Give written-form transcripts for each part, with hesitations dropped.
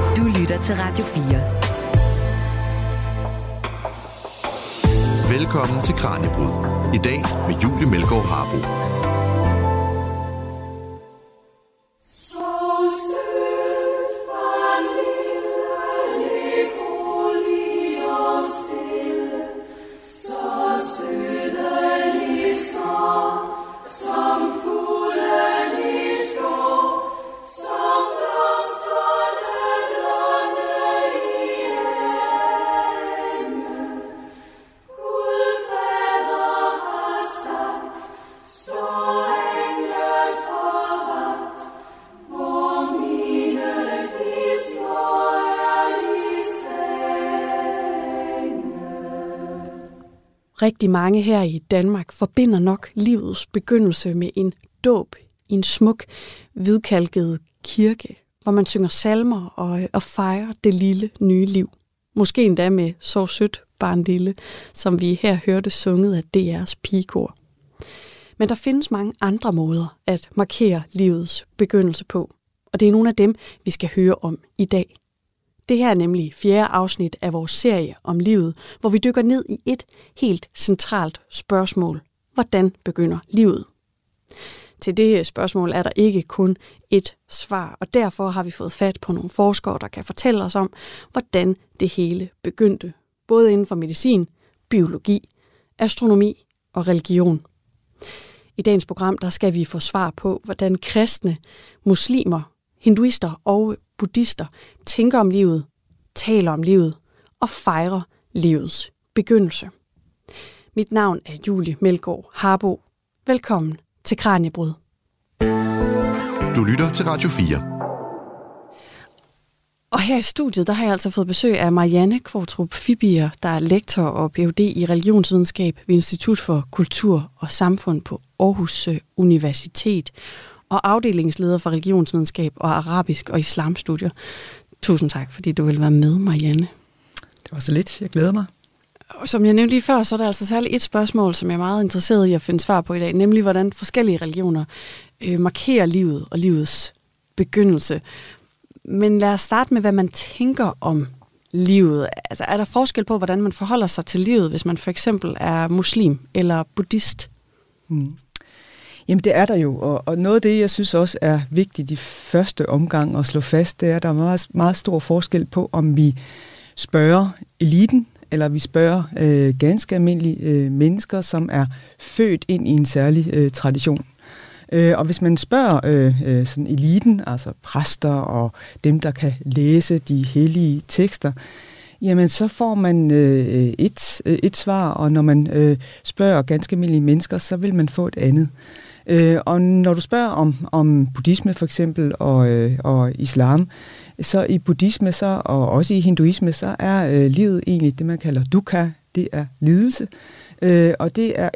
Du lytter til Radio 4. Velkommen til Kraniebrud. I dag med Julie Melgaard Harbo. Rigtig mange her i Danmark forbinder nok livets begyndelse med en dåb i en smuk, hvidkalket kirke, hvor man synger salmer og fejrer det lille nye liv. Måske endda med Så sødt, barn lille, som vi her hørte sunget af DR's pigekor. Men der findes mange andre måder at markere livets begyndelse på, og det er nogle af dem, vi skal høre om i dag. Det her er nemlig 4. afsnit af vores serie om livet, hvor vi dykker ned i et helt centralt spørgsmål. Hvordan begynder livet? Til det spørgsmål er der ikke kun ét svar, og derfor har vi fået fat på nogle forskere, der kan fortælle os om, hvordan det hele begyndte. Både inden for medicin, biologi, astronomi og religion. I dagens program der skal vi få svar på, hvordan kristne, muslimer, hinduister og buddhister tænker om livet, taler om livet og fejrer livets begyndelse. Mit navn er Julie Melgaard Harbo. Velkommen til Kraniebrud. Du lytter til Radio 4. Og her i studiet, der har jeg altså fået besøg af Marianne Kvartrup Fibiger, der er lektor og Ph.D. i religionsvidenskab ved Institut for Kultur og Samfund på Aarhus Universitet og afdelingsleder for religionsvidenskab og arabisk og islamstudier. Tusind tak, fordi du vil være med, Marianne. Det var så lidt. Jeg glæder mig. Og som jeg nævnte lige før, så er der altså særligt et spørgsmål, som jeg er meget interesseret i at finde svar på i dag, nemlig hvordan forskellige religioner markerer livet og livets begyndelse. Men lad os starte med, hvad man tænker om livet. Altså, er der forskel på, hvordan man forholder sig til livet, hvis man for eksempel er muslim eller buddhist? Jamen det er der jo, og noget af det, jeg synes også er vigtigt i første omgang at slå fast, det er, at der er meget, meget stor forskel på, om vi spørger eliten, eller vi spørger ganske almindelige mennesker, som er født ind i en særlig tradition. Og hvis man spørger sådan eliten, altså præster og dem, der kan læse de hellige tekster, jamen så får man et svar, og når man spørger ganske almindelige mennesker, så vil man få et andet. Og når du spørger om buddhisme for eksempel og islam, så i buddhisme så, og også i hinduisme, så er livet egentlig det, man kalder dukkha, det er lidelse. Og det er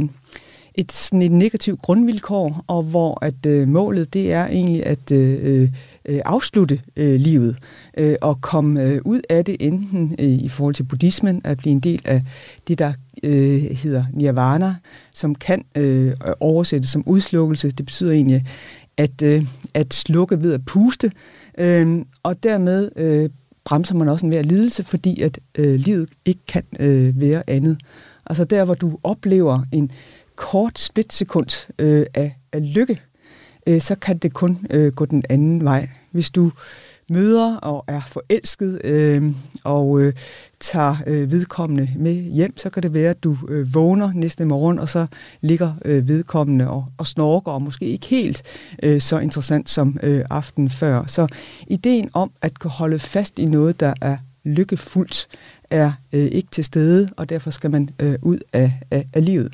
et negativt grundvilkår, og hvor at målet det er egentlig at afslutte livet og komme ud af det, enten i forhold til buddhismen at blive en del af det, der hedder nirvana, som kan oversættes som udslukkelse. Det betyder egentlig at slukke ved at puste, og dermed bremser man også en hver lidelse, fordi at livet ikke kan være andet. Altså der, hvor du oplever en kort splitsekund af lykke, så kan det kun gå den anden vej. Hvis du møder og er forelsket og tager vedkommende med hjem, så kan det være, at du vågner næste morgen, og så ligger vedkommende og snorker, og måske ikke helt så interessant som aftenen før. Så ideen om at kunne holde fast i noget, der er lykkefuldt, er ikke til stede, og derfor skal man ud af livet.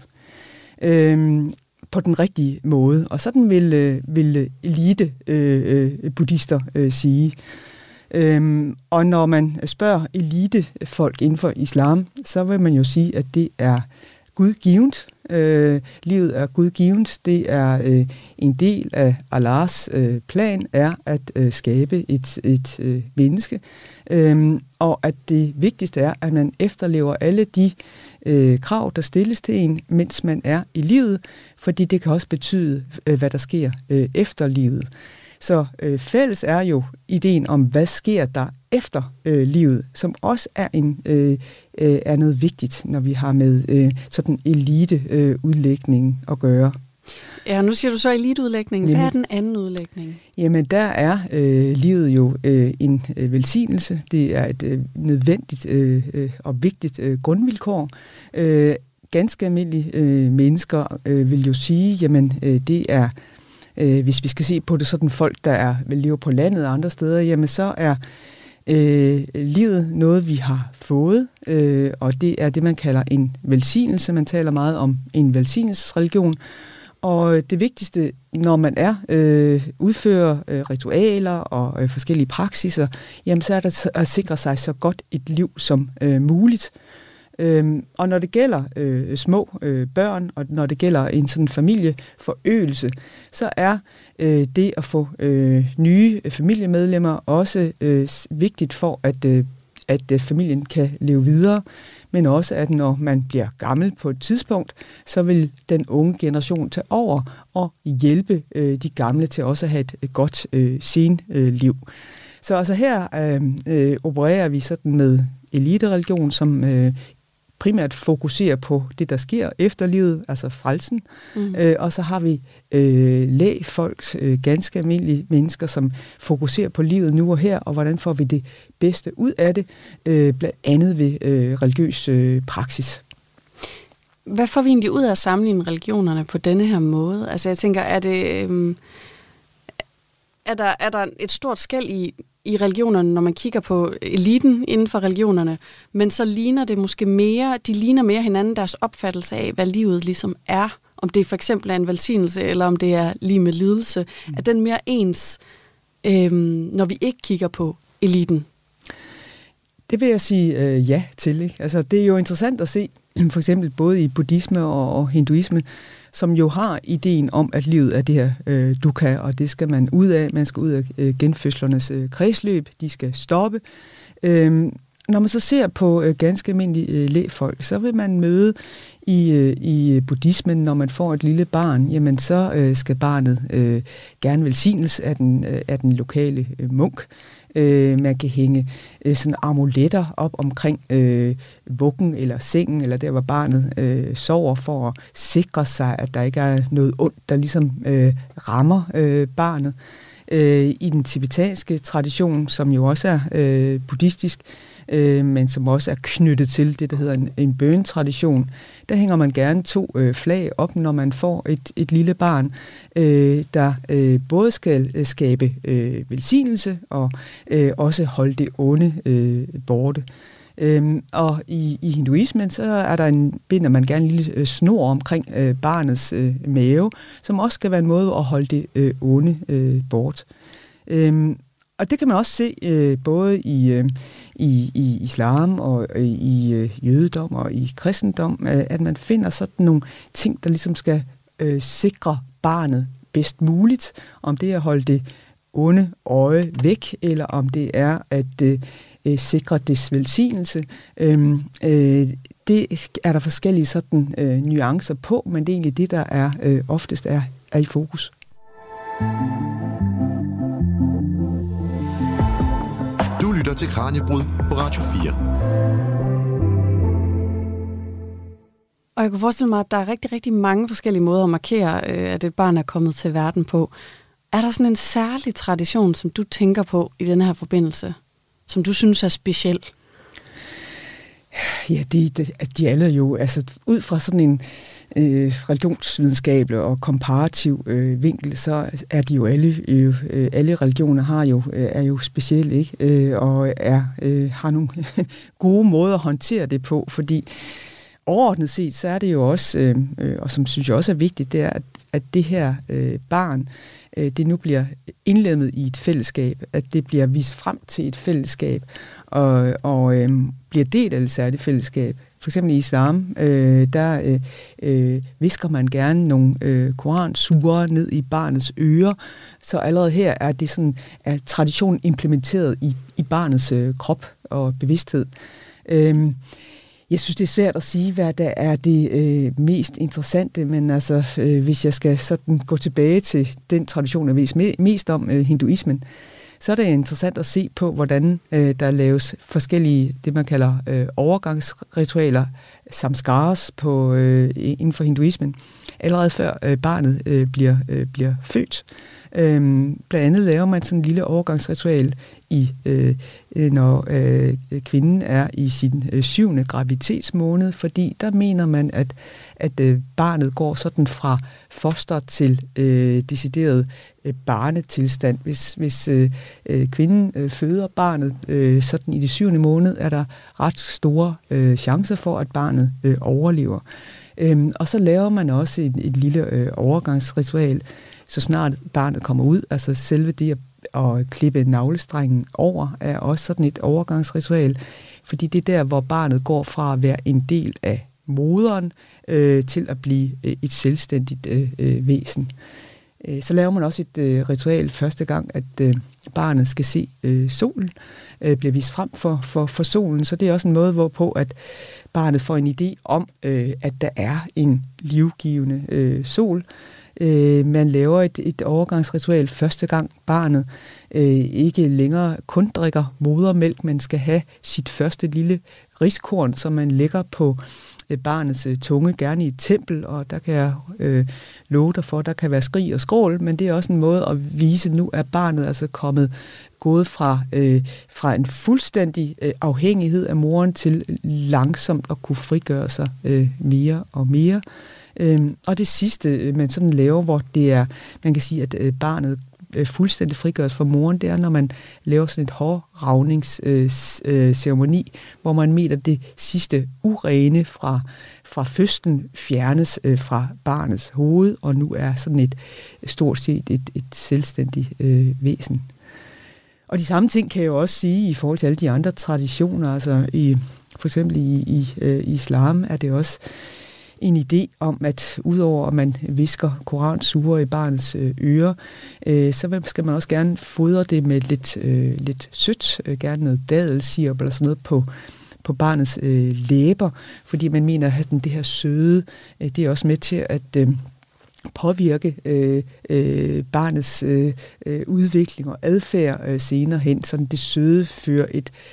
På den rigtige måde. Og sådan vil elite buddhister sige. Og når man spørger elitefolk inden for islam, så vil man jo sige, at det er gudgivent. Livet er gudgivent. Det er en del af Allahs plan er at skabe et menneske. Og at det vigtigste er, at man efterlever alle de krav, der stilles til en, mens man er i livet, fordi det kan også betyde, hvad der sker efter livet. Så fælles er jo ideen om, hvad sker der efter livet, som også er noget vigtigt, når vi har med sådan eliteudlægning at gøre. Ja, nu siger du så eliteudlægning. Hvad er den anden udlægning? Jamen, der er livet jo en velsignelse. Det er et nødvendigt og vigtigt grundvilkår. Ganske almindelige mennesker vil jo sige, jamen det er, hvis vi skal se på det sådan folk, der lever på landet og andre steder, jamen så er livet noget, vi har fået, og det er det, man kalder en velsignelse. Man taler meget om en velsignelsesreligion. Og det vigtigste, når man udfører ritualer og forskellige praksiser, jamen så er det at sikre sig så godt et liv som muligt. Og når det gælder små børn, og når det gælder en sådan familieforøgelse, så er det at få nye familiemedlemmer også vigtigt for, at familien kan leve videre, men også at når man bliver gammel på et tidspunkt, så vil den unge generation tage over og hjælpe de gamle til også at have et godt senliv. Så altså her opererer vi sådan med elitereligion, som primært fokuserer på det, der sker efter livet, altså frelsen. Og så har vi lægfolk, ganske almindelige mennesker, som fokuserer på livet nu og her, og hvordan får vi det bedste ud af det, blandt andet ved religiøs praksis. Hvad får vi egentlig ud af at sammenligne religionerne på denne her måde? Altså jeg tænker, er der et stort skel i religionerne, når man kigger på eliten inden for religionerne, men så ligner det måske mere, de ligner mere hinanden deres opfattelse af, hvad livet ligesom er, om det for eksempel er en velsignelse, eller om det er lige med lidelse. Er den mere ens, når vi ikke kigger på eliten? Det vil jeg sige ja til. Ikke? Altså, det er jo interessant at se, for eksempel både i buddhisme og hinduisme, som jo har ideen om, at livet er det her dukkha, og det skal man ud af. Man skal ud af genfødslernes kredsløb, de skal stoppe. Når man så ser på ganske almindelige lægfolk, så vil man møde i buddhismen, når man får et lille barn, jamen så skal barnet gerne velsignes af den lokale munk. Man kan hænge sådan amuletter op omkring vuggen eller sengen, eller der, hvor barnet sover, for at sikre sig, at der ikke er noget ondt, der ligesom rammer barnet. I den tibetanske tradition, som jo også er buddhistisk, men som også er knyttet til det, der hedder en bønnetradition, der hænger man gerne 2 flag op, når man får et lille barn, der både skal skabe velsignelse og også holde det onde borte. Og i hinduismen, så binder man gerne en lille snor omkring barnets mave, som også skal være en måde at holde det onde bort. Og det kan man også se både i islam og i jødedom og i kristendom, at man finder sådan nogle ting, der ligesom skal sikre barnet bedst muligt. Om det er at holde det onde øje væk, eller om det er at sikre dets velsignelse. Det er der forskellige sådan nuancer på, men det er egentlig det, der oftest er i fokus. Du lytter til Kraniebrud på Radio 4. Og jeg kunne forestille mig, at der er rigtig, rigtig mange forskellige måder at markere, at et barn er kommet til verden på. Er der sådan en særlig tradition, som du tænker på i denne her forbindelse, som du synes er speciel? Ja, de alle jo, altså ud fra sådan en religionsvidenskabelig og komparativ vinkel, så er de jo alle religioner er jo specielle, ikke? Og har nogle gode måder at håndtere det på, fordi overordnet set, så er det jo også, og som synes jeg også er vigtigt, det er, at det her barn, det nu bliver indlemmet i et fællesskab, at det bliver vist frem til et fællesskab, og bliver del af et særligt fællesskab. For eksempel i islam, der visker man gerne nogle koransurer ned i barnets ører, så allerede her er det sådan, er traditionen implementeret i barnets krop og bevidsthed. Jeg synes, det er svært at sige, hvad der er det mest interessante, men altså, hvis jeg skal sådan gå tilbage til den tradition, jeg ved mest om, hinduismen, så er det interessant at se på, hvordan der laves forskellige, det man kalder overgangsritualer, samskaras inden for hinduismen, allerede før barnet bliver født. Blandt andet laver man sådan en lille overgangsritual, når kvinden er i sin 7. graviditetsmåned, fordi der mener man, at barnet går sådan fra foster til decideret barnetilstand. Hvis kvinden føder barnet sådan i det 7. måned, er der ret store chancer for, at barnet overlever. Og så laver man også et lille overgangsritual, så snart barnet kommer ud. Altså selve det at klippe navlestrengen over er også sådan et overgangsritual, fordi det er der, hvor barnet går fra at være en del af moderen til at blive et selvstændigt væsen. Så laver man også et ritual første gang, at barnet skal se solen, bliver vist frem for solen, så det er også en måde, hvorpå at barnet får en idé om, at der er en livgivende sol. Man laver et overgangsritual første gang barnet ikke længere kun drikker modermælk, men skal have sit første lille riskorn, som man lægger på barnets tunge, gerne i et tempel, og der kan jeg love dig for, der kan være skrig og skrål, men det er også en måde at vise, nu er barnet altså gået fra en fuldstændig afhængighed af moren til langsomt at kunne frigøre sig mere og mere. Og det sidste, man sådan laver, hvor det er, man kan sige, at barnet fuldstændig frigøres fra moren, det er, når man laver sådan et hårravningsceremoni, hvor man mener, at det sidste urene fra fødslen fjernes fra barnets hoved, og nu er sådan stort set et selvstændigt væsen. Og de samme ting kan jeg jo også sige i forhold til alle de andre traditioner, altså for eksempel i islam er det også en idé om, at udover at man visker koransure i barnets ører, så skal man også gerne fodre det med lidt sødt, gerne noget dadelsirup eller sådan noget på barnets læber, fordi man mener, at det her søde, det er også med til at påvirke barnets udvikling og adfærd senere hen, sådan det søde fører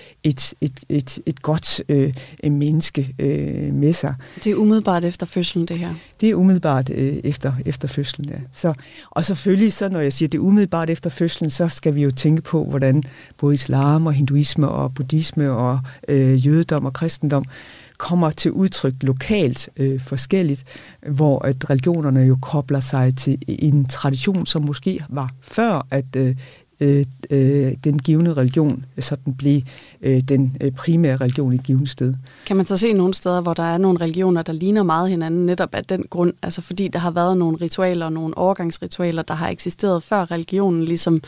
et godt menneske med sig. Det er umiddelbart efter fødslen, det her? Det er umiddelbart efter fødslen, ja. Og selvfølgelig, så når jeg siger, det er umiddelbart efter fødslen, så skal vi jo tænke på, hvordan både islam og hinduisme og buddhisme og jødedom og kristendom kommer til udtryk lokalt forskelligt, hvor at religionerne jo kobler sig til en tradition, som måske var før, at den givne religion sådan blev den primære religion i et givet sted. Kan man så se nogle steder, hvor der er nogle religioner, der ligner meget hinanden, netop af den grund, altså fordi der har været nogle ritualer, nogle overgangsritualer, der har eksisteret før religionen ligesom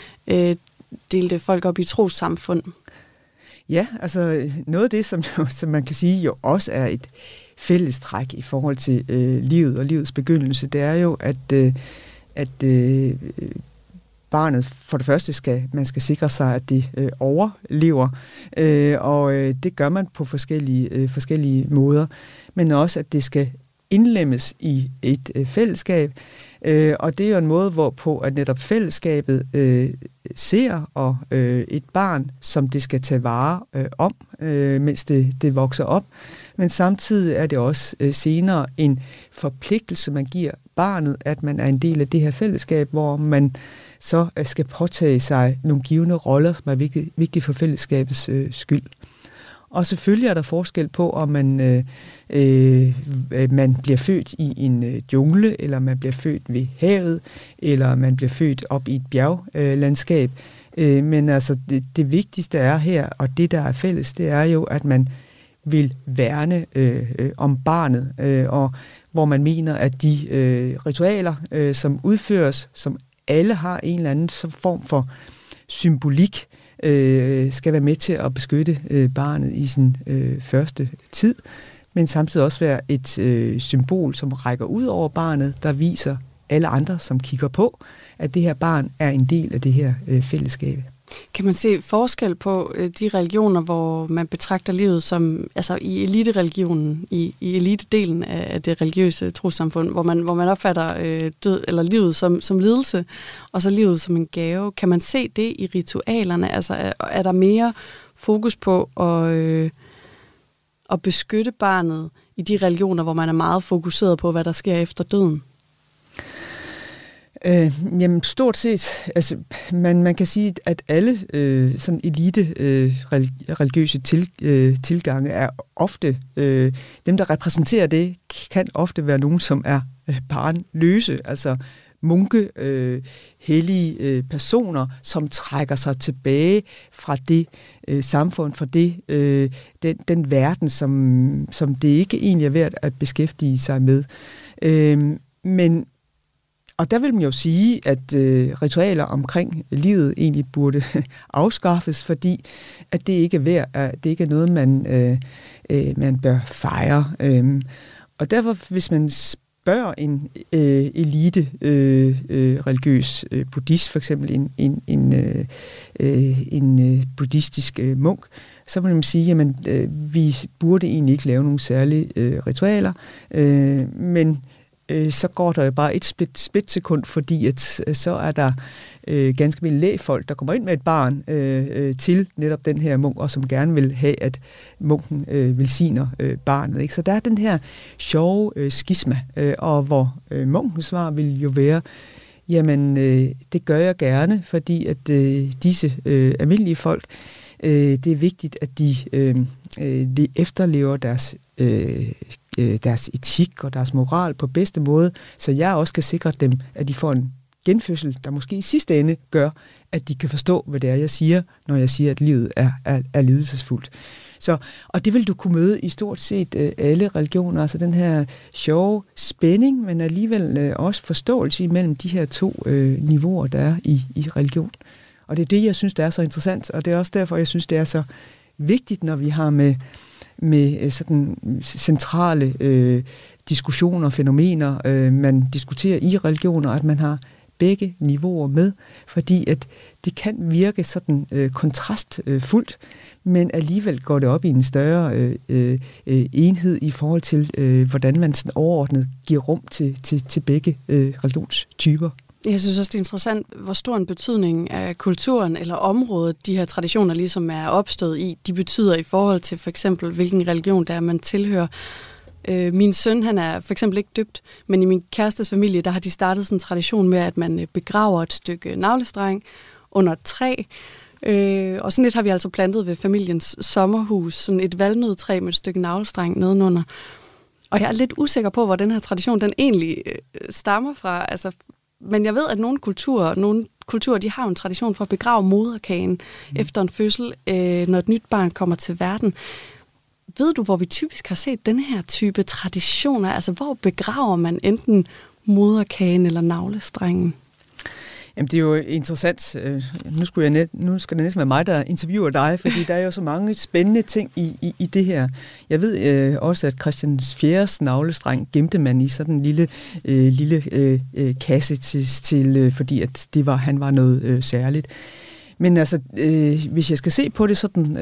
delte folk op i trossamfund? Ja, altså noget af det, som man kan sige jo også er et fælles træk i forhold til livet og livets begyndelse, det er jo, at barnet for det første skal sikre sig, at det overlever, og det gør man på forskellige måder, men også, at det skal indlemmes i et fællesskab, og det er jo en måde, hvorpå at netop fællesskabet ser og et barn, som det skal tage vare om, mens det vokser op, men samtidig er det også senere en forpligtelse, man giver barnet, at man er en del af det her fællesskab, hvor man så skal påtage sig nogle givne roller, som er vigtige for fællesskabets skyld. Og selvfølgelig er der forskel på, om man bliver født i en jungle, eller man bliver født ved havet, eller man bliver født op i et bjerglandskab. Men altså det vigtigste er her, og det der er fælles, det er jo, at man vil værne om barnet, og hvor man mener, at de ritualer, som udføres, som alle har en eller anden form for symbolik, skal være med til at beskytte barnet i sin første tid, men samtidig også være et symbol, som rækker ud over barnet, der viser alle andre, som kigger på, at det her barn er en del af det her fællesskab. Kan man se forskel på de religioner, hvor man betragter livet som, altså i elitereligionen, i elitedelen af det religiøse trossamfund, hvor man opfatter død eller livet som lidelse, og så livet som en gave. Kan man se det i ritualerne? Altså er der mere fokus på at beskytte barnet i de religioner, hvor man er meget fokuseret på, hvad der sker efter døden? Jamen stort set, altså man kan sige, at alle sådan elite religiøse tilgange er ofte, dem der repræsenterer det, kan ofte være nogen, som er barnløse, altså munke, hellige personer, som trækker sig tilbage fra det samfund, fra den verden, som det ikke egentlig er værd at beskæftige sig med. Og der vil man jo sige, at ritualer omkring livet egentlig burde afskaffes, fordi at det ikke er noget, man bør fejre. Og derfor, hvis man spørger en elite religiøs buddhist, for eksempel en buddhistisk munk, så vil man sige, at vi burde egentlig ikke lave nogle særlige ritualer, men så går der jo bare et splitsekund, fordi at så er der ganske almindelige lægfolk, der kommer ind med et barn til netop den her munk, og som gerne vil have, at munken velsigner barnet. Ikke? Så der er den her sjove skisma, og hvor munkens svar vil jo være, jamen det gør jeg gerne, fordi at disse almindelige folk, det er vigtigt, at de efterlever deres etik og deres moral på bedste måde, så jeg også kan sikre dem, at de får en genfødsel, der måske i sidste ende gør, at de kan forstå, hvad det er, jeg siger, når jeg siger, at livet er lidelsesfuldt. Og det vil du kunne møde i stort set alle religioner, altså den her sjove spænding, men alligevel også forståelse imellem de her to niveauer, der er i religion. Og det er det, jeg synes, der er så interessant, og det er også derfor, jeg synes, det er så vigtigt, når vi har med sådan centrale diskussioner og fænomener, man diskuterer i religioner, at man har begge niveauer med, fordi at det kan virke sådan kontrastfuldt, men alligevel går det op i en større enhed i forhold til, hvordan man sådan overordnet giver rum til begge religionstyper. Jeg synes også, det er interessant, hvor stor en betydning af kulturen eller området, de her traditioner ligesom er opstået i, de betyder i forhold til for eksempel, hvilken religion der er, man tilhører. Min søn, han er for eksempel ikke døbt, men i min kærestes familie, der har de startet sådan en tradition med, at man begraver et stykke navlestreng under et træ. Og sådan et har vi altså plantet ved familiens sommerhus, sådan et valnødtræ med et stykke navlestreng nedenunder. Og jeg er lidt usikker på, hvor den her tradition, den egentlig stammer fra. Altså, men jeg ved, at nogle kulturer, de har en tradition for at begrave moderkagen efter en fødsel, når et nyt barn kommer til verden. Ved du, hvor vi typisk har set den her type traditioner? Altså, hvor begraver man enten moderkagen eller navlestrengen? Jamen, det er jo interessant. Nu skal det næsten være mig, der interviewer dig, fordi der er jo så mange spændende ting i det her. Jeg ved også, at Christian IV's navlestreng gemte man i sådan en lille kasse til fordi at han var noget særligt. Men altså, hvis jeg skal se på det sådan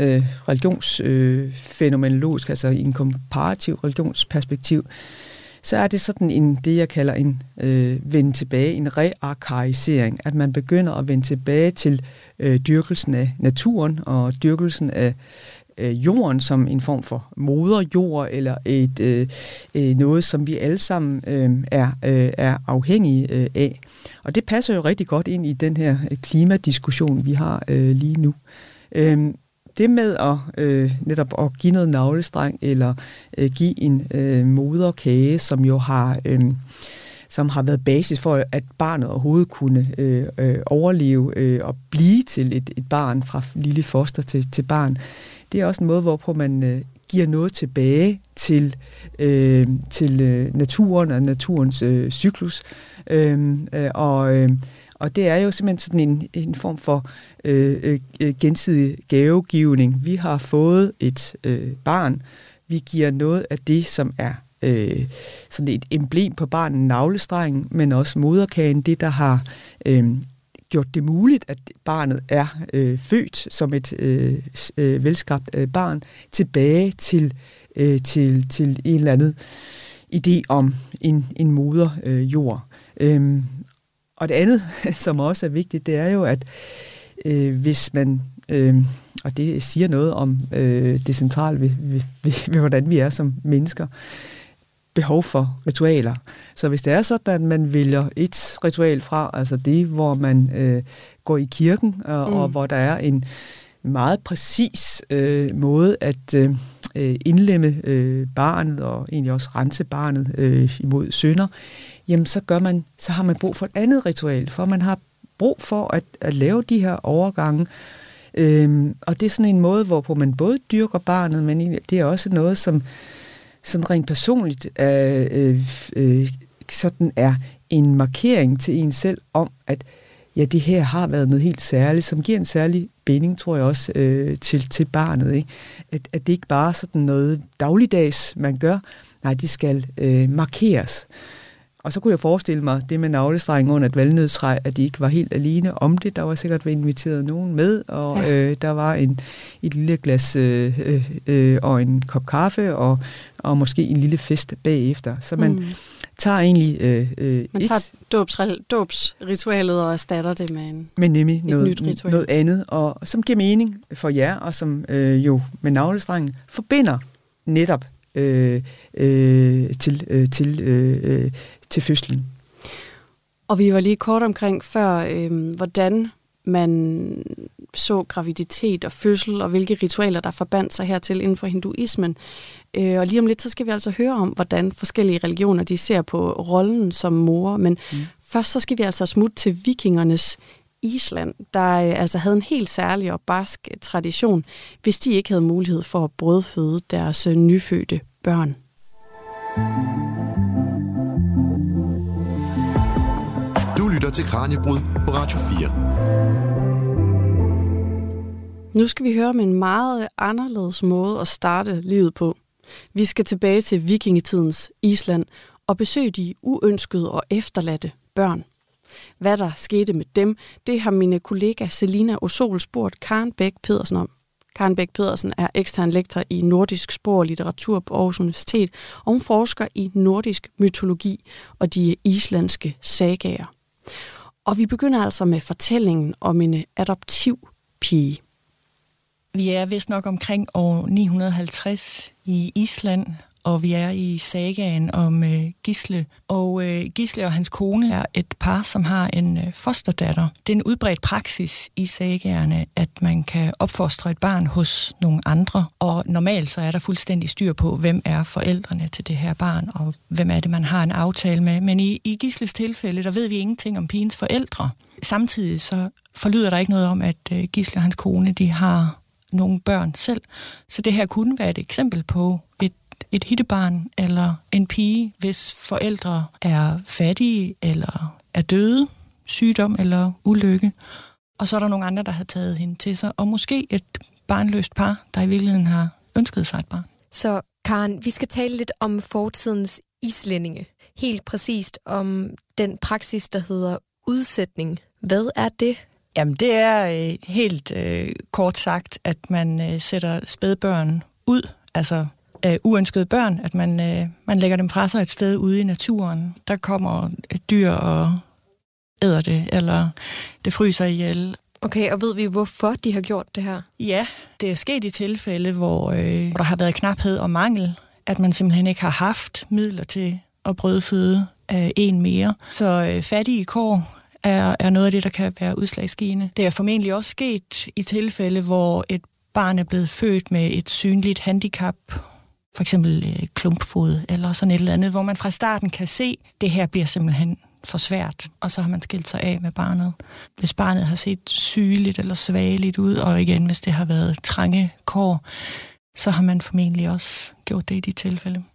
religionsfænomenologisk, altså i en komparativ religionsperspektiv, så er det sådan det, jeg kalder en vende tilbage, en rearkaisering, at man begynder at vende tilbage til dyrkelsen af naturen og dyrkelsen af jorden som en form for moderjord, eller noget, som vi alle sammen er afhængige af. Og det passer jo rigtig godt ind i den her klimadiskussion, vi har lige nu. Det med at netop at give noget navlestreng, eller give en moderkage, som jo som har været basis for, at barnet overhovedet kunne overleve og blive til et barn fra lille foster til barn. Det er også en måde, hvorpå man giver noget tilbage til naturen og naturens cyklus. Og det er jo simpelthen sådan en form for gensidig gavegivning. Vi har fået et barn. Vi giver noget af det, som er sådan et emblem på barnet, navlestrengen, men også moderkagen, det der har gjort det muligt, at barnet er født som et velskabt barn, tilbage til en eller anden idé om en moder jord. Og det andet, som også er vigtigt, det er jo, at hvis man, og det siger noget om det centrale ved hvordan vi er som mennesker, behov for ritualer. Så hvis det er sådan, at man vælger et ritual fra, altså det, hvor man går i kirken, og hvor der er en meget præcis måde at indlemme barnet, og egentlig også rense barnet imod synder, jamen så har man brug for et andet ritual, for man har brug for at lave de her overgange. Og det er sådan en måde, hvorpå man både dyrker barnet, men det er også noget, som sådan rent personligt sådan er en markering til en selv om, at ja, det her har været noget helt særligt, som giver en særlig binding, tror jeg også, til barnet. Ikke? At det ikke bare er sådan noget dagligdags, man gør. Nej, det skal markeres. Og så kunne jeg forestille mig, det med navlestrengen under et valnødtræ, at de ikke var helt alene om det. Der var sikkert inviteret nogen med, og der var et lille glas og en kop kaffe, og måske en lille fest bagefter. Så man tager egentlig tager dåbsritualet og erstatter det med nemlig et nyt ritual. Noget andet, og som giver mening for jer, og som jo med navlestrengen forbinder netop til fødslen. Og vi var lige kort omkring før, hvordan man så graviditet og fødsel, og hvilke ritualer, der forbandt sig hertil inden for hinduismen. Og lige om lidt, så skal vi altså høre om, hvordan forskellige religioner, de ser på rollen som mor. Men først så skal vi altså smutte til vikingernes Island, der altså havde en helt særlig og barsk tradition, hvis de ikke havde mulighed for at brødføde deres nyfødte børn. Du lytter til Kraniebrud på Radio 4. Nu skal vi høre om en meget anderledes måde at starte livet på. Vi skal tilbage til vikingetidens Island og besøge de uønskede og efterladte børn. Hvad der skete med dem, det har mine kollega Selina Osol spurgt Karen Bæk Pedersen om. Karen Bæk Pedersen er ekstern lektor i nordisk sprog og litteratur på Aarhus Universitet, og hun forsker i nordisk mytologi og de islandske sagaer. Og vi begynder altså med fortællingen om en adoptivpige. Vi er vist nok omkring år 950 i Island, og vi er i sagaen om Gisle. Og Gisle og hans kone er et par, som har en fosterdatter. Det er en udbredt praksis i sagaerne, at man kan opfostre et barn hos nogle andre. Og normalt så er der fuldstændig styr på, hvem er forældrene til det her barn, og hvem er det, man har en aftale med. Men i Gisles tilfælde, der ved vi ingenting om pigens forældre. Samtidig så forlyder der ikke noget om, at Gisle og hans kone, de har nogle børn selv. Så det her kunne være et eksempel på et hittebarn eller en pige, hvis forældre er fattige eller er døde, sygdom eller ulykke. Og så er der nogle andre, der har taget hende til sig. Og måske et barnløst par, der i virkeligheden har ønsket sig et barn. Så Karen, vi skal tale lidt om fortidens islændinge. Helt præcist om den praksis, der hedder udsætning. Hvad er det? Jamen, det er helt kort sagt, at man sætter spædbørn ud, altså uønskede børn, at man lægger dem fra sig et sted ude i naturen. Der kommer et dyr og æder det, eller det fryser ihjel. Okay, og ved vi, hvorfor de har gjort det her? Ja, det er sket i tilfælde, hvor der har været knaphed og mangel, at man simpelthen ikke har haft midler til at brødføde en mere. Så fattige kår er noget af det, der kan være udslagsgivende. Det er formentlig også sket i tilfælde, hvor et barn er blevet født med et synligt handicap, for eksempel klumpfod eller sådan et eller andet, hvor man fra starten kan se, at det her bliver simpelthen for svært, og så har man skilt sig af med barnet. Hvis barnet har set sygeligt eller svageligt ud, og igen, hvis det har været trange kår, så har man formentlig også gjort det i de tilfælde.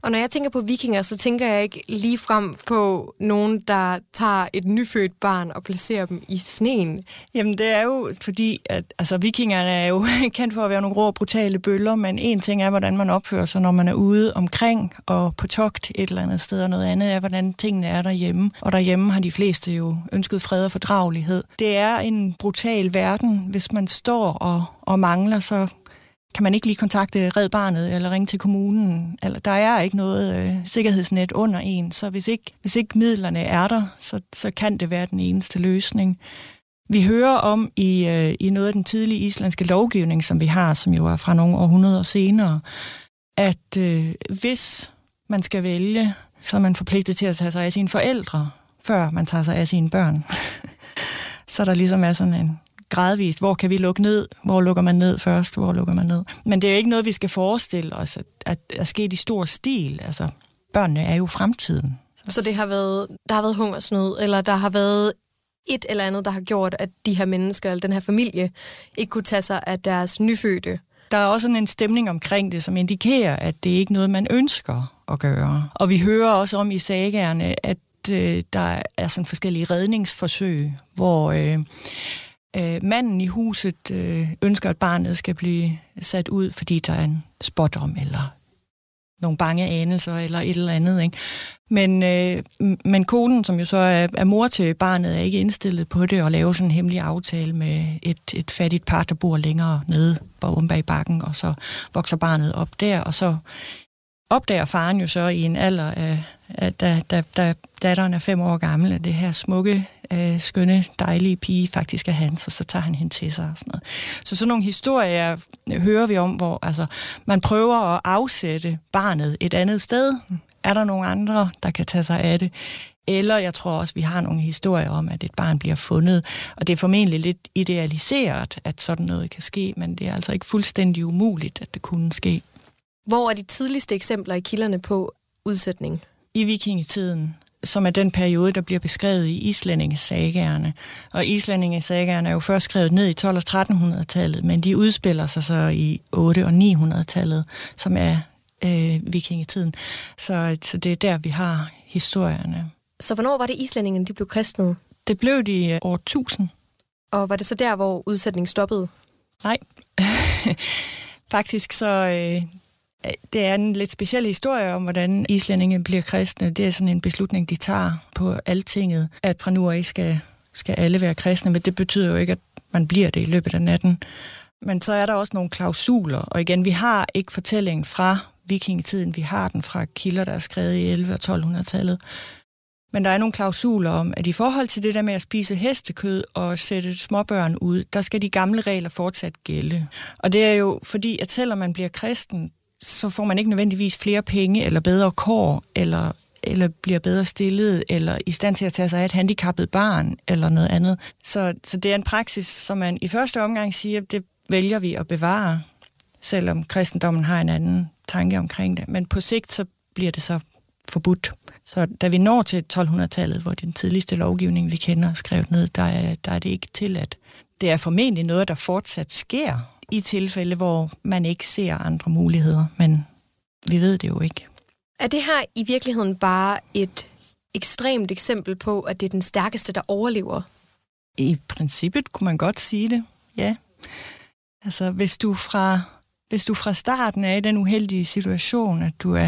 Og når jeg tænker på vikinger, så tænker jeg ikke lige frem på nogen, der tager et nyfødt barn og placerer dem i sneen. Jamen det er jo fordi, at altså, vikingerne er jo kendt for at være nogle rå og brutale bøller, men en ting er, hvordan man opfører sig, når man er ude omkring og på togt et eller andet sted, og noget andet er, hvordan tingene er derhjemme. Og derhjemme har de fleste jo ønsket fred og fordragelighed. Det er en brutal verden. Hvis man står og mangler, så kan man ikke lige kontakte Red Barnet eller ringe til kommunen. Eller, der er ikke noget sikkerhedsnet under en, så hvis ikke midlerne er der, så kan det være den eneste løsning. Vi hører om i noget af den tidlige islandske lovgivning, som vi har, som jo er fra nogle århundreder senere, at hvis man skal vælge, så er man forpligtet til at tage sig af sine forældre, før man tager sig af sine børn. Så der ligesom er sådan en gradvist, hvor kan vi lukke ned, hvor lukker man ned først, hvor lukker man ned. Men det er jo ikke noget, vi skal forestille os, at ske i stor stil. Altså, børnene er jo fremtiden. Så der har været hungersnød, eller der har været et eller andet, der har gjort, at de her mennesker, eller den her familie, ikke kunne tage sig af deres nyfødte. Der er også en stemning omkring det, som indikerer, at det ikke er noget, man ønsker at gøre. Og vi hører også om i sagaerne, at der er sådan forskellige redningsforsøg, hvor manden i huset ønsker, at barnet skal blive sat ud, fordi der er en spådom eller nogle bange anelser eller et eller andet. Ikke? Men konen, som jo så er mor til barnet, er ikke indstillet på det og laver sådan en hemmelig aftale med et fattigt par, der bor længere nede bag bakken, og så vokser barnet op der, og så opdager faren jo så i en alder af da datteren er 5 år gammel, at det her smukke, skønne, dejlige pige faktisk er hans, og så tager han hende til sig og sådan noget. Så sådan nogle historier hører vi om, hvor altså, man prøver at afsætte barnet et andet sted. Er der nogle andre, der kan tage sig af det? Eller jeg tror også, vi har nogle historier om, at et barn bliver fundet, og det er formentlig lidt idealiseret, at sådan noget kan ske, men det er altså ikke fuldstændig umuligt, at det kunne ske. Hvor er de tidligste eksempler i kilderne på udsætning? I vikingetiden, som er den periode, der bliver beskrevet i islændingesagaerne. Og islændingesagaerne er jo først skrevet ned i 1200- og 1300-tallet, men de udspiller sig så i 800- og 900-tallet, som er vikingetiden. Så det er der, vi har historierne. Så hvornår var det islændingerne, de blev kristnet? Det blev de i år 1000. Og var det så der, hvor udsætningen stoppede? Nej. Faktisk så det er en lidt speciel historie om, hvordan islændinge bliver kristne. Det er sådan en beslutning, de tager på Altinget, at fra nu af skal alle være kristne, men det betyder jo ikke, at man bliver det i løbet af natten. Men så er der også nogle klausuler, og igen, vi har ikke fortællingen fra vikingetiden, vi har den fra kilder, der er skrevet i 1100- og 1200-tallet. Men der er nogle klausuler om, at i forhold til det der med at spise hestekød og sætte småbørn ud, der skal de gamle regler fortsat gælde. Og det er jo fordi, at selvom man bliver kristen, så får man ikke nødvendigvis flere penge eller bedre kår, eller bliver bedre stillet, eller i stand til at tage sig af et handicappet barn, eller noget andet. Så det er en praksis, som man i første omgang siger, det vælger vi at bevare, selvom kristendommen har en anden tanke omkring det. Men på sigt, så bliver det så forbudt. Så da vi når til 1200-tallet, hvor den tidligste lovgivning, vi kender, er skrevet ned, der er det ikke tilladt. Det er formentlig noget, der fortsat sker i tilfælde, hvor man ikke ser andre muligheder, men vi ved det jo ikke. Er det her i virkeligheden bare et ekstremt eksempel på, at det er den stærkeste, der overlever? I princippet kunne man godt sige det, ja. Altså, hvis du fra starten er i den uheldige situation, at du er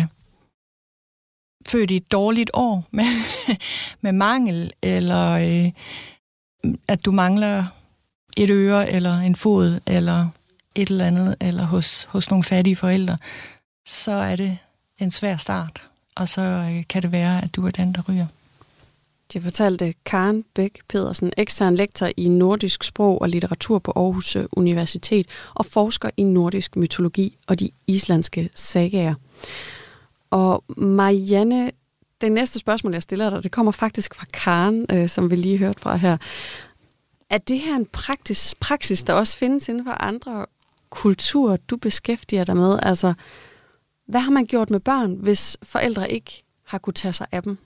født i et dårligt år med mangel, eller at du mangler et øre, eller en fod, eller et eller andet, eller hos nogle fattige forældre, så er det en svær start, og så kan det være, at du er den, der ryger. Det fortalte Karen Bech Pedersen, ekstern lektor i nordisk sprog og litteratur på Aarhus Universitet, og forsker i nordisk mytologi og de islandske sagaer. Og Marianne, det næste spørgsmål, jeg stiller dig, det kommer faktisk fra Karen, som vi lige hørte fra her. Er det her en praksis, der også findes inden for andre kulturer, du beskæftiger dig med? Altså, hvad har man gjort med børn, hvis forældre ikke har kunnet tage sig af dem?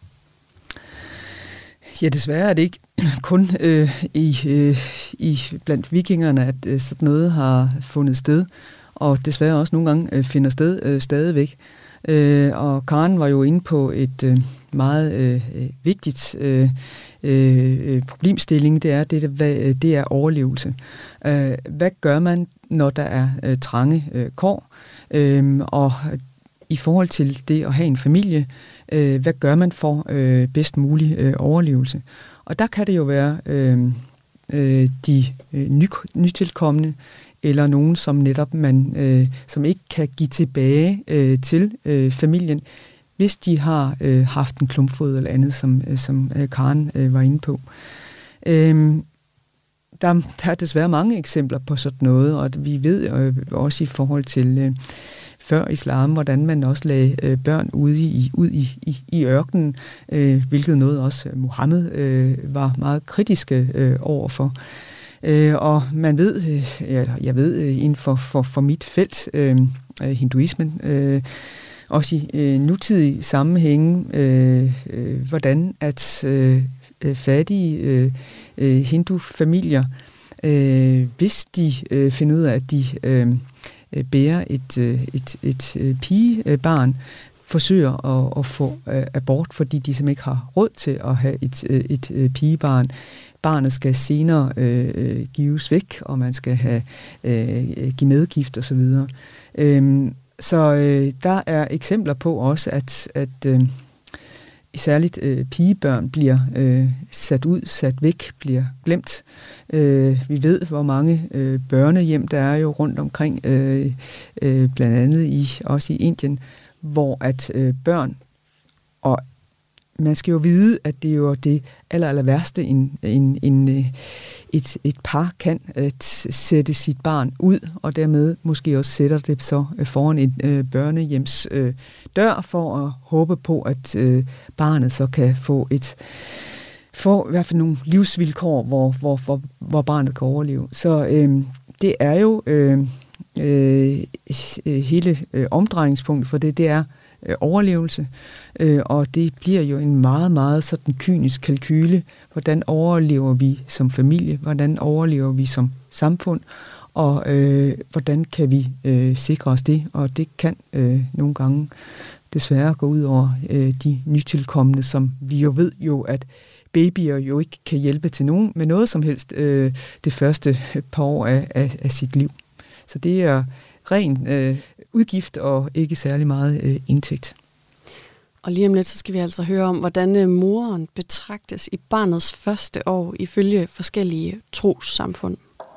Ja, desværre er det ikke kun blandt vikingerne, at sådan noget har fundet sted, og desværre også nogle gange finder sted stadigvæk. Og Karen var jo inde på et meget vigtigt problemstilling, det er overlevelse. Hvad gør man, når der er trange kår? Og i forhold til det at have en familie, hvad gør man for bedst mulig overlevelse? Og der kan det jo være de nytilkommende, eller nogen, som netop som ikke kan give tilbage til familien, hvis de har haft en klumpfod eller andet, som Karen var inde på. Der er desværre mange eksempler på sådan noget, og vi ved også i forhold til før islam, hvordan man også lagde børn ud i ørkenen, hvilket noget også Mohammed var meget kritiske overfor. Og man ved, jeg ved inden for mit felt, hinduismen, også i nutidige sammenhænge, hvordan at fattige hindufamilier, hvis de finder ud af, at de bærer et pigebarn, forsøger at få abort, fordi de simpelthen ikke har råd til at have et pigebarn. Barnet skal senere gives væk, og man skal give medgift osv. Så der er eksempler på også, at særligt pigebørn bliver sat væk, bliver glemt. Vi ved, hvor mange børnehjem der er jo rundt omkring, blandt andet også i Indien, hvor at børn, og man skal jo vide, at det er jo det aller værste, et par kan, at sætte sit barn ud, og dermed måske også sætter det så foran et børnehjems dør, for at håbe på, at barnet så kan få i hvert fald nogle livsvilkår, hvor barnet kan overleve. Så det er jo hele omdrejningspunktet for det er overlevelse, og det bliver jo en meget, meget sådan kynisk kalkyle. Hvordan overlever vi som familie? Hvordan overlever vi som samfund? Og hvordan kan vi sikre os det? Og det kan nogle gange desværre gå ud over de nytilkommende, som vi jo ved jo, at babyer jo ikke kan hjælpe til nogen med noget som helst det første par år af sit liv. Så det er ren udgift og ikke særlig meget indtægt. Og lige om lidt, så skal vi altså høre om, hvordan moren betragtes i barnets første år ifølge forskellige trossamfund.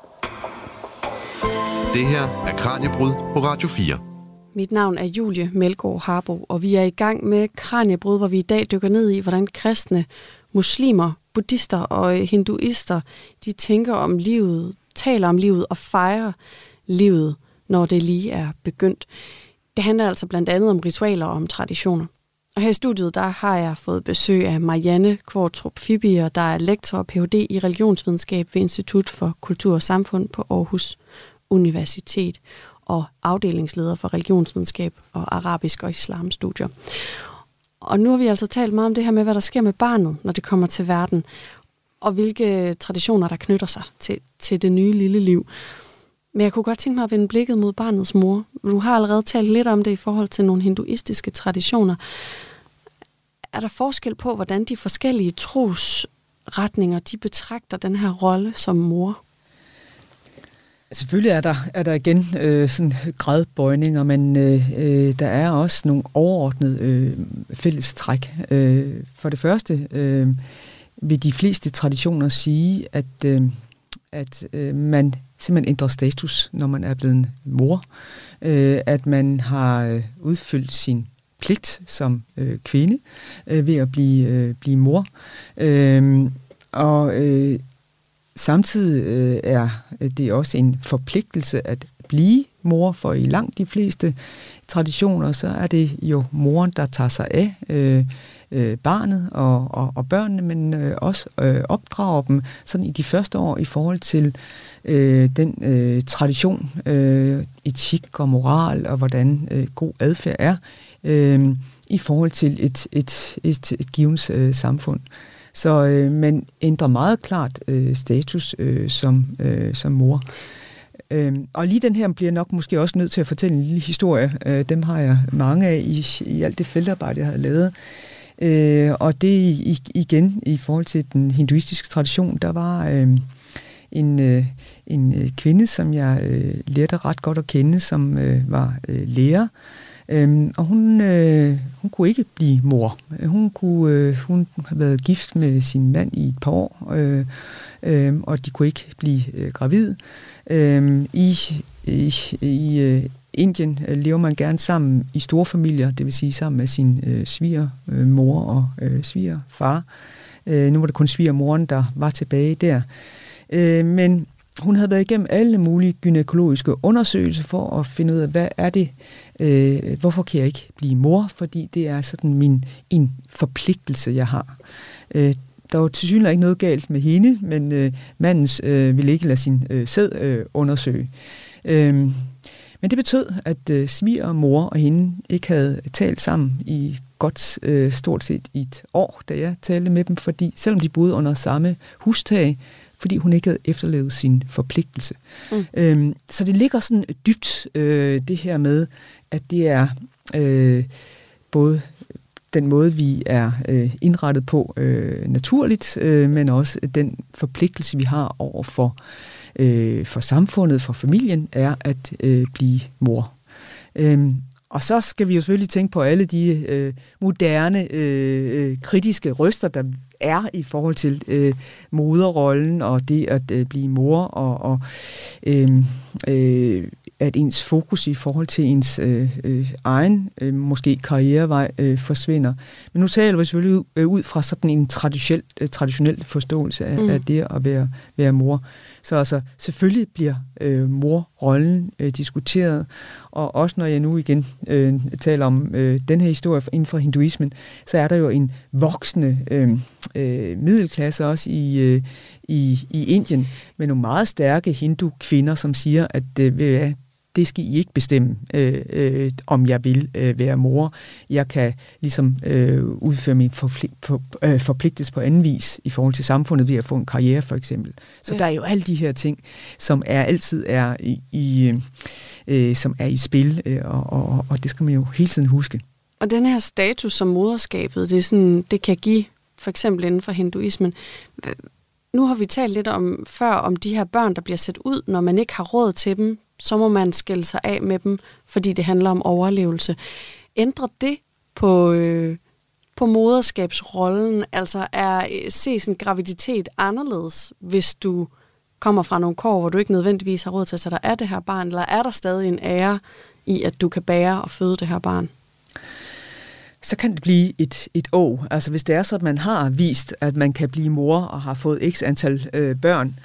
Det her er Kraniebrud på Radio 4. Mit navn er Julie Melgaard Harbo, og vi er i gang med Kraniebrud, hvor vi i dag dykker ned i, hvordan kristne, muslimer, buddhister og hinduister, de tænker om livet, taler om livet og fejrer livet, når det lige er begyndt. Det handler altså blandt andet om ritualer og om traditioner. Og her i studiet, der har jeg fået besøg af Marianne Kvartrup Fibiger, der er lektor og Ph.D. i religionsvidenskab ved Institut for Kultur og Samfund på Aarhus Universitet og afdelingsleder for religionsvidenskab og arabisk og islamstudier. Og nu har vi altså talt meget om det her med, hvad der sker med barnet, når det kommer til verden, og hvilke traditioner, der knytter sig til det nye lille liv. Men jeg kunne godt tænke mig at vende blikket mod barnets mor. Du har allerede talt lidt om det i forhold til nogle hinduistiske traditioner. Er der forskel på, hvordan de forskellige trosretninger, de betragter den her rolle som mor? Selvfølgelig er der igen sådan gradbøjninger, men der er også nogle overordnede fællestræk. For det første vil de fleste traditioner sige, at man simpelthen ændrer status, når man er blevet mor. At man har udfyldt sin pligt som kvinde ved at blive mor. Og samtidig er det også en forpligtelse at blive mor, for i langt de fleste traditioner, så er det jo moren, der tager sig af barnet og børnene, men også opdrager dem sådan i de første år i forhold til den tradition, etik og moral, og hvordan god adfærd er i forhold til et givens samfund. Så man ændrer meget klart status som mor. Og lige den her bliver nok måske også nødt til at fortælle en lille historie. Dem har jeg mange af i alt det feltarbejde, jeg har lavet. Og det igen i forhold til den hinduistiske tradition, der var en kvinde, som jeg lærte ret godt at kende, som var lærer. Og hun kunne ikke blive mor. Hun havde været gift med sin mand i et par år, og de kunne ikke blive gravid. I Indien lever man gerne sammen i store familier, det vil sige sammen med sin svigermor og svigerfar. Nu var det kun svigermoren, der var tilbage der. Men hun havde været igennem alle mulige gynækologiske undersøgelser for at finde ud af, hvad er det, hvorfor kan jeg ikke blive mor, fordi det er sådan en forpligtelse, jeg har. Der var tilsyneladende ikke noget galt med hende, men mandens ville ikke lade sin sæd undersøge. Men det betød, at svigermor og hende ikke havde talt sammen i godt stort set i et år, da jeg talte med dem, fordi selvom de boede under samme hustag, fordi hun ikke havde efterlevet sin forpligtelse. Så det ligger sådan dybt, det her med, at det er både den måde, vi er indrettet på naturligt, men også den forpligtelse, vi har over for samfundet, for familien, er at blive mor. Og så skal vi jo selvfølgelig tænke på alle de moderne, kritiske røster, der er i forhold til moderrollen og det at blive mor, og at ens fokus i forhold til ens egen, måske karrierevej, forsvinder. Men nu taler vi selvfølgelig ud fra sådan en traditionel forståelse af det at være mor. Så altså, selvfølgelig bliver morrollen diskuteret, og også når jeg nu igen taler om den her historie inden for hinduismen, så er der jo en voksende middelklasse også i Indien, med nogle meget stærke hindu-kvinder, som siger, at det skal I ikke bestemme, om jeg vil være mor. Jeg kan ligesom udføre min forpligtelse på anden vis i forhold til samfundet ved at få en karriere, for eksempel. Så der er jo alle de her ting, som altid er som er i spil, og det skal man jo hele tiden huske. Og den her status som moderskabet, det kan give, for eksempel inden for hinduismen. Nu har vi talt lidt om de her børn, der bliver sat ud, når man ikke har råd til dem, så må man skille sig af med dem, fordi det handler om overlevelse. Ændrer det på moderskabsrollen? Altså ses en graviditet anderledes, hvis du kommer fra nogle kår, hvor du ikke nødvendigvis har råd til at tage dig af det her barn, eller er der stadig en ære i, at du kan bære og føde det her barn? Så kan det blive et år. Altså hvis det er så, at man har vist, at man kan blive mor og har fået x antal børn,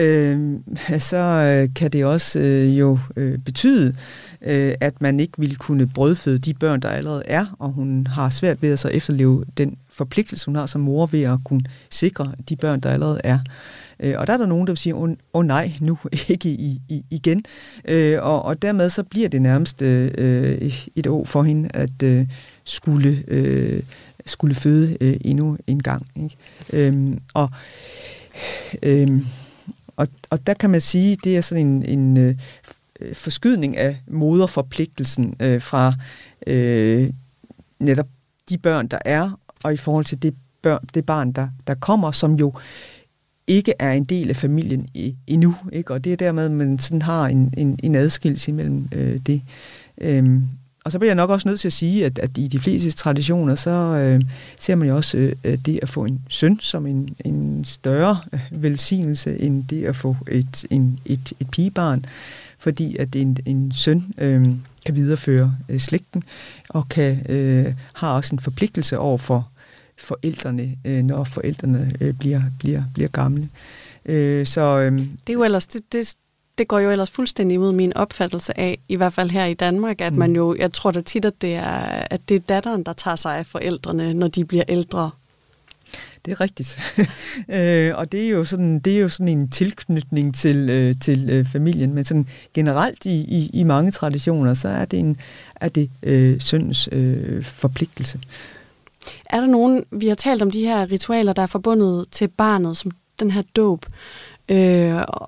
så kan det også betyde, at man ikke vil kunne brødføde de børn, der allerede er, og hun har svært ved at så efterleve den forpligtelse, hun har som mor ved at kunne sikre de børn, der allerede er. Og der er der nogen, der vil sige, nej, nu ikke igen. Og dermed så bliver det nærmest et år for hende, at skulle føde endnu en gang. Ikke? Og der kan man sige, det er sådan en forskydning af moderforpligtelsen fra netop de børn, der er, og i forhold til det barn, der kommer, som jo ikke er en del af familien endnu. Ikke? Og det er dermed, at man sådan har en adskillelse imellem det. Og så bliver jeg nok også nødt til at sige, at i de fleste traditioner, så ser man jo også det at få en søn som en større velsignelse, end det at få et pigebarn. Fordi at en søn kan videreføre slægten, og har også en forpligtelse over for forældrene, når forældrene bliver gamle. Det er jo ellers det går jo ellers fuldstændig imod min opfattelse af, i hvert fald her i Danmark, at man jo, jeg tror da tit, at det er datteren, der tager sig af forældrene, når de bliver ældre. Det er rigtigt. Og det er jo sådan en tilknytning til familien, men sådan generelt i mange traditioner, så er det sønnens forpligtelse. Er der nogen, vi har talt om de her ritualer, der er forbundet til barnet, som den her dåb,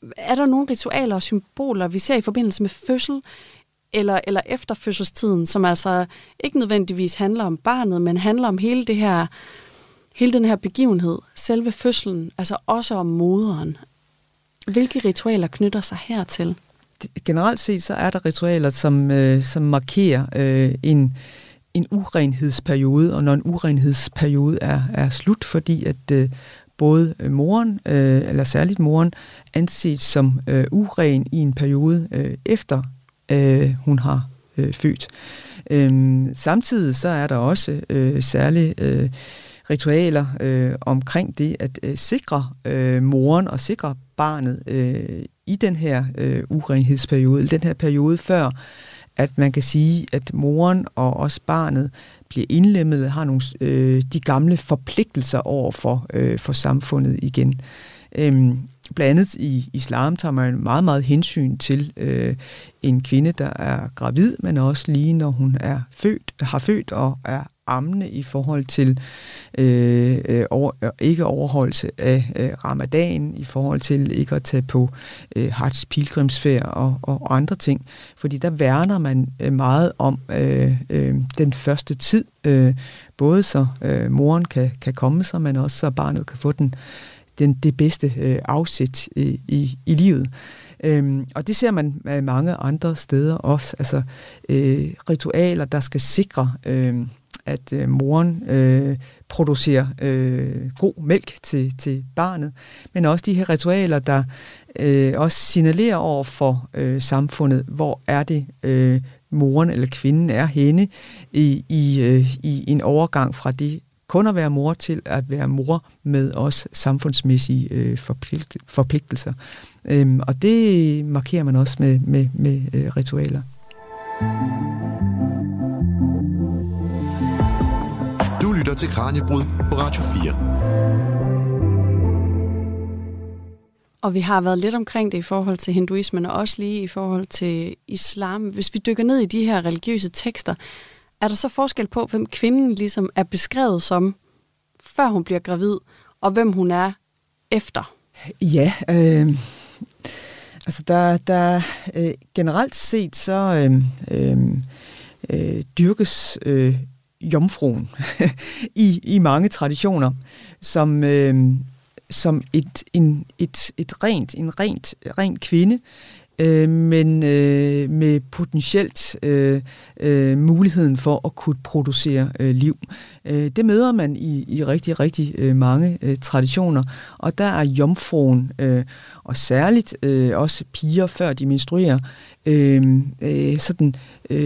er der nogle ritualer og symboler, vi ser i forbindelse med fødsel, eller efter fødselstiden, som altså ikke nødvendigvis handler om barnet, men handler om hele den her begivenhed, selve fødslen, altså også om moderen. Hvilke ritualer knytter sig hertil? Generelt set så er der ritualer, som markerer en urenhedsperiode, og når en urenhedsperiode er slut, fordi at både moren, eller særligt moren, anses som uren i en periode efter hun har født. Samtidig så er der også særlige ritualer omkring det at sikre moren og sikre barnet i den her urenhedsperiode, den her periode før, at man kan sige, at moren og også barnet bliver indlemmet, har nogle de gamle forpligtelser over for samfundet igen. Blandt andet i islam tager man meget, meget hensyn til en kvinde, der er gravid, men også lige når hun har født og er ammende i forhold til ikke overholdelse af ramadan, i forhold til ikke at tage på Hajj pilgrimsfærd og andre ting. Fordi der værner man meget om den første tid, både så moren kan komme sig, men også så barnet kan få det bedste afsæt i livet. Og det ser man mange andre steder også. Altså ritualer, der skal sikre, at moren producerer god mælk til barnet, men også de her ritualer, der også signalerer over for samfundet, hvor er det moren eller kvinden er henne i en overgang fra det kun at være mor til at være mor med også samfundsmæssige forpligtelser. Og det markerer man også med ritualer. Du lytter til Kraniebrud på Radio 4. Og vi har været lidt omkring det i forhold til hinduismen, og også lige i forhold til islam. Hvis vi dykker ned i de her religiøse tekster, er der så forskel på, hvem kvinden ligesom er beskrevet som, før hun bliver gravid, og hvem hun er efter? Ja, altså der generelt set så dyrkes jomfruen i mange traditioner som en rent kvinde, men med potentielt muligheden for at kunne producere liv. Det møder man i rigtig, rigtig mange traditioner, og der er jomfruen, og særligt også piger, før de menstruerer, sådan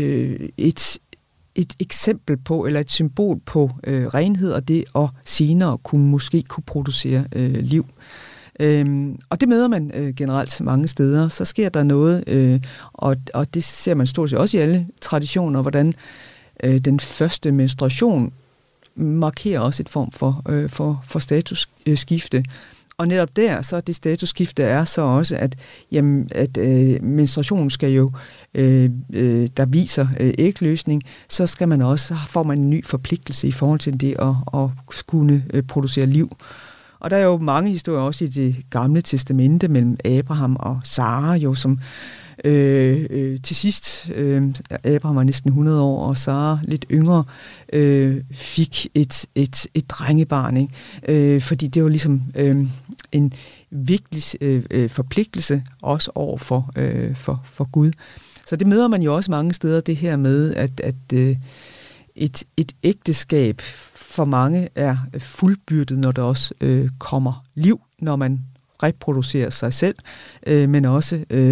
et eksempel på, eller et symbol på renhed, og det at senere måske kunne producere liv. Og det møder man generelt mange steder. Så sker der noget, og det ser man stort set også i alle traditioner, hvordan den første menstruation markerer også et form for statusskifte. Og netop der, så det statusskifte er så også, at menstruationen skal jo, der viser ægløsning, så skal man også, får man en ny forpligtelse i forhold til det at kunne producere liv. Og der er jo mange historier også i Det Gamle Testamente mellem Abraham og Sara, jo som til sidst, Abraham var næsten 100 år, og Sara lidt yngre, fik et drengebarn, ikke? Fordi det var ligesom en vigtig forpligtelse også over for Gud. Så det møder man jo også mange steder, det her med, at et ægteskab for mange er fuldbyrdet, når der også kommer liv, når man reproducerer sig selv, men også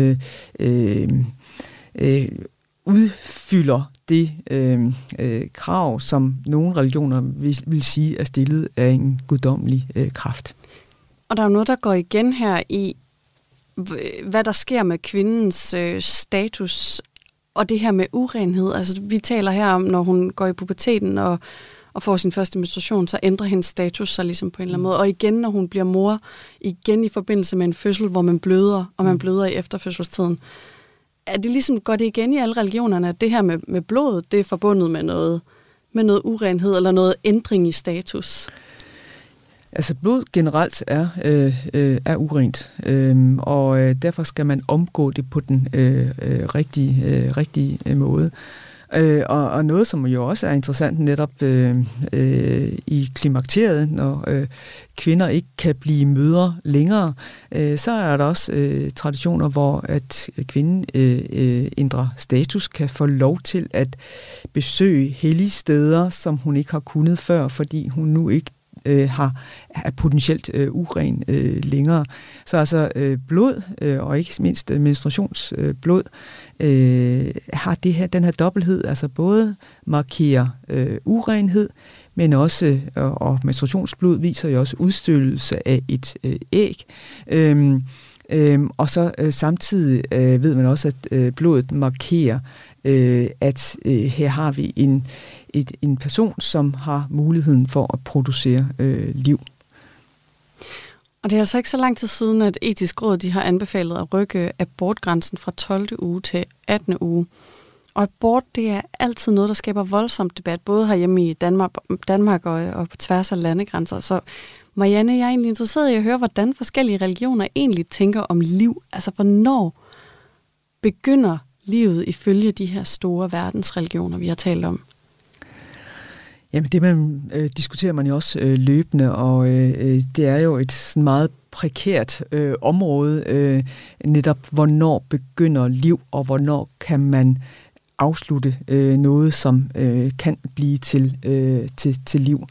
udfylder det krav, som nogle religioner vil sige er stillet af en guddommelig kraft. Og der er noget, der går igen her i, hvad der sker med kvindens status, og det her med urenhed. Altså, vi taler her om, når hun går i puberteten og får sin første menstruation, så ændrer hendes status sig ligesom på en eller anden måde. Og igen, når hun bliver mor, igen i forbindelse med en fødsel, hvor man bløder, og man bløder i efterfødselstiden. Er det ligesom, går det igen i alle religionerne, at det her med blodet, det er forbundet med noget urenhed, eller noget ændring i status? Altså blod generelt er urent, og derfor skal man omgå det på den rigtige måde. Og noget, som jo også er interessant netop i klimakteriet, når kvinder ikke kan blive mødre længere, så er der også traditioner, hvor at kvinden ændrer status, kan få lov til at besøge hellige steder, som hun ikke har kunnet før, fordi hun nu ikke er potentielt uren længere. Så altså blod, og ikke mindst menstruationsblod, har den her dobbelthed, altså både markerer urenhed, men også, og menstruationsblod viser jo også udstødelse af et æg. Og så samtidig ved man også, at blodet markerer, at her har vi en person, som har muligheden for at producere liv. Og det er altså ikke så lang tid siden, at Etisk Råd de har anbefalet at rykke abortgrænsen fra 12. uge til 18. uge. Og abort, det er altid noget, der skaber voldsom debat, både herhjemme i Danmark og på tværs af landegrænser. Så Marianne, jeg er egentlig interesseret i at høre, hvordan forskellige religioner egentlig tænker om liv. Altså, hvornår begynder livet ifølge de her store verdensreligioner, vi har talt om? Jamen, det diskuterer man jo også løbende, og det er jo et sådan meget prekært område, netop hvornår begynder liv, og hvornår kan man afslutte noget, som kan blive til liv.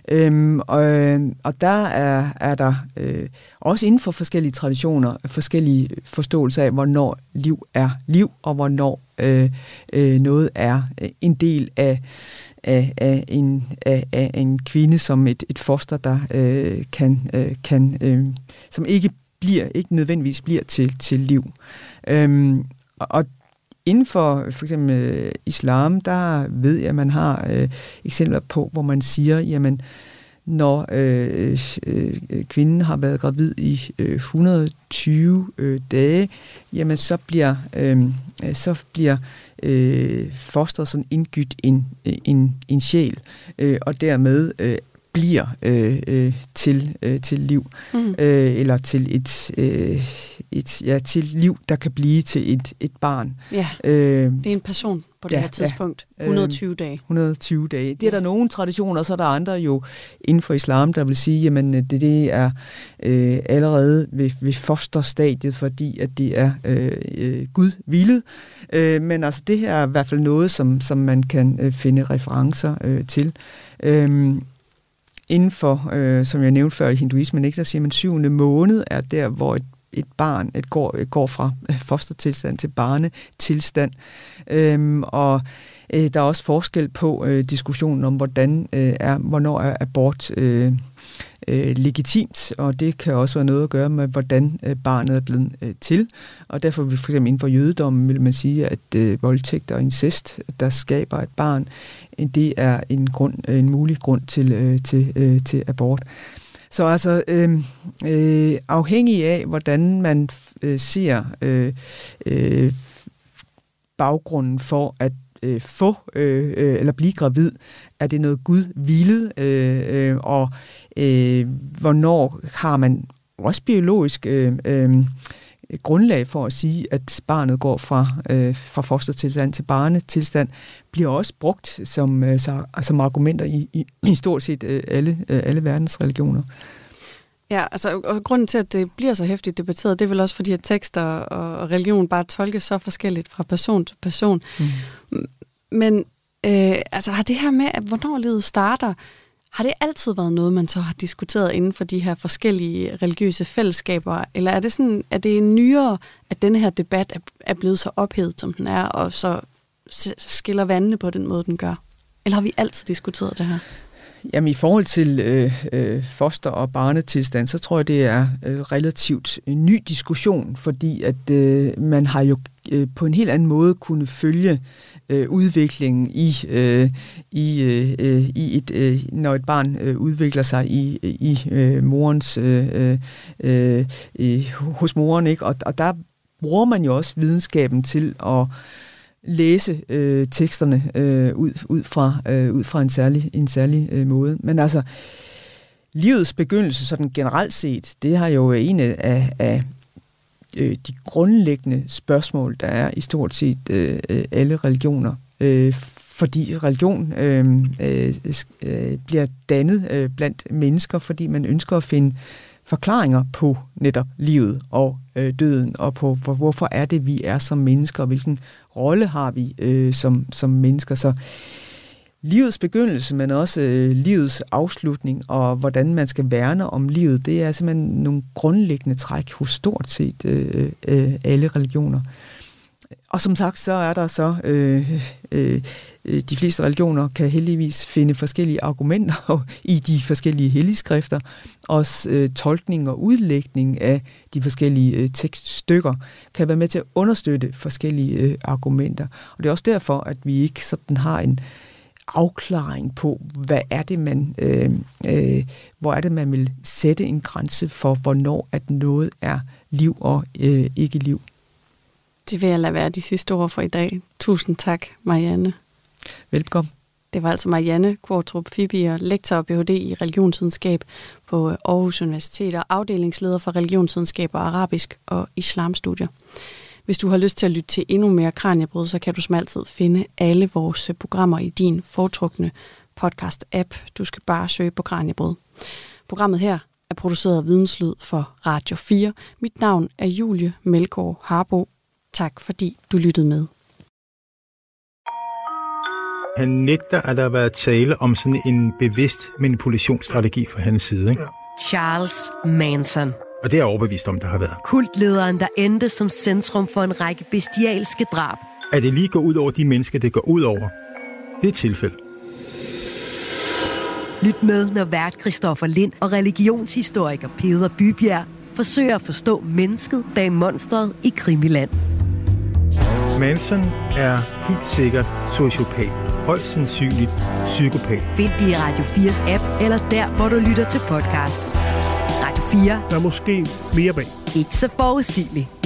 Og der er der også inden for forskellige traditioner forskellige forståelser af, hvornår liv er liv, og hvornår noget er en del af en kvinde som et foster, der som ikke nødvendigvis bliver til liv. Og inden for eksempel islam, der ved jeg, at man har eksempler på, hvor man siger, jamen, når kvinden har været gravid i 120 dage, jamen så bliver fosteret sådan indgydt en sjæl, og dermed bliver til liv, eller til til liv, der kan blive til et barn. Ja, det er en person på det her tidspunkt. 120 dage. 120 dage. Det er der nogle traditioner, og så er der andre jo inden for islam, der vil sige, jamen det er allerede ved fosterstadiet, fordi at det er Gud villet. Men altså det her er i hvert fald noget, som man kan finde referencer til. Inden for, som jeg nævnte før i hinduismen, ikke, så siger man 7. måned er der, hvor et barn går fra fostertilstand til barnetilstand. Og der er også forskel på diskussionen om, hvornår er abort legitimt, og det kan også være noget at gøre med, hvordan barnet er blevet til. Og derfor vil for eksempel inden for jødedommen vil man sige, at voldtægt og incest, der skaber et barn, det er en mulig grund til abort. Så altså afhængig af, hvordan man ser baggrunden for at få eller blive gravid, er det noget Gud villet, og hvornår har man også biologisk grundlag for at sige, at barnet går fra fostertilstand til barnetilstand, bliver også brugt som argumenter i stort set alle verdens religioner. Ja, altså, og grunden til, at det bliver så hæftigt debatteret, det er vel også fordi, at tekster og religion bare tolkes så forskelligt fra person til person. Men altså, har det her med, at hvornår livet starter, har det altid været noget, man så har diskuteret inden for de her forskellige religiøse fællesskaber? Eller er det sådan, at det er nyere, at denne her debat er blevet så ophedet, som den er, og så skiller vandene på den måde, den gør? Eller har vi altid diskuteret det her? Jamen i forhold til foster- og barnetilstand, så tror jeg, det er relativt en ny diskussion, fordi at man har jo på en helt anden måde kunne følge udviklingen når et barn udvikler sig i morens hos moren, ikke? Og der bruger man jo også videnskaben til at læse teksterne ud fra en særlig måde. Men altså livets begyndelse, sådan generelt set, det har jo en af de grundlæggende spørgsmål, der er i stort set alle religioner. Fordi religion bliver dannet blandt mennesker, fordi man ønsker at finde forklaringer på netop livet og døden, og på hvorfor er det, vi er som mennesker, og hvilken rolle har vi som mennesker. Så livets begyndelse, men også livets afslutning, og hvordan man skal værne om livet, det er simpelthen nogle grundlæggende træk hos stort set alle religioner. Og som sagt, så er der så de fleste religioner kan heldigvis finde forskellige argumenter i de forskellige helligskrifter, også tolkning og udlægning af de forskellige tekststykker kan være med til at understøtte forskellige argumenter. Og det er også derfor, at vi ikke sådan har en afklaring på, hvad er det, hvor er det, man vil sætte en grænse for, hvornår at noget er liv og ikke liv. Det vil jeg lade være de sidste ord for i dag. Tusind tak, Marianne. Velkommen. Det var altså Marianne Qvortrup Fibiger, lektor og Ph.D. i religionsvidenskab på Aarhus Universitet og afdelingsleder for religionsvidenskab og arabisk og islamstudier. Hvis du har lyst til at lytte til endnu mere Kraniebrud, så kan du som altid finde alle vores programmer i din foretrukne podcast-app. Du skal bare søge på Kraniebrud. Programmet her er produceret af Videnslyd for Radio 4. Mit navn er Julie Melgaard Harbo. Tak fordi du lyttede med. Han nægter, at der har været tale om sådan en bevidst manipulationsstrategi fra hans side. Ikke? Charles Manson. Og det er jeg overbevist om, der har været. Kultlederen, der endte som centrum for en række bestialske drab. At det lige går ud over de mennesker, det går ud over, det er et tilfælde. Lyt med, når vært Christoffer Lind og religionshistoriker Peder Bybjerg forsøger at forstå mennesket bag monstret i Krimiland. Manson er helt sikkert sociopat. Højst sandsynligt psykopat. Find det i Radio 4's app, eller der, hvor du lytter til podcast. Radio 4. Der er måske mere bag. Ikke så forudsigeligt.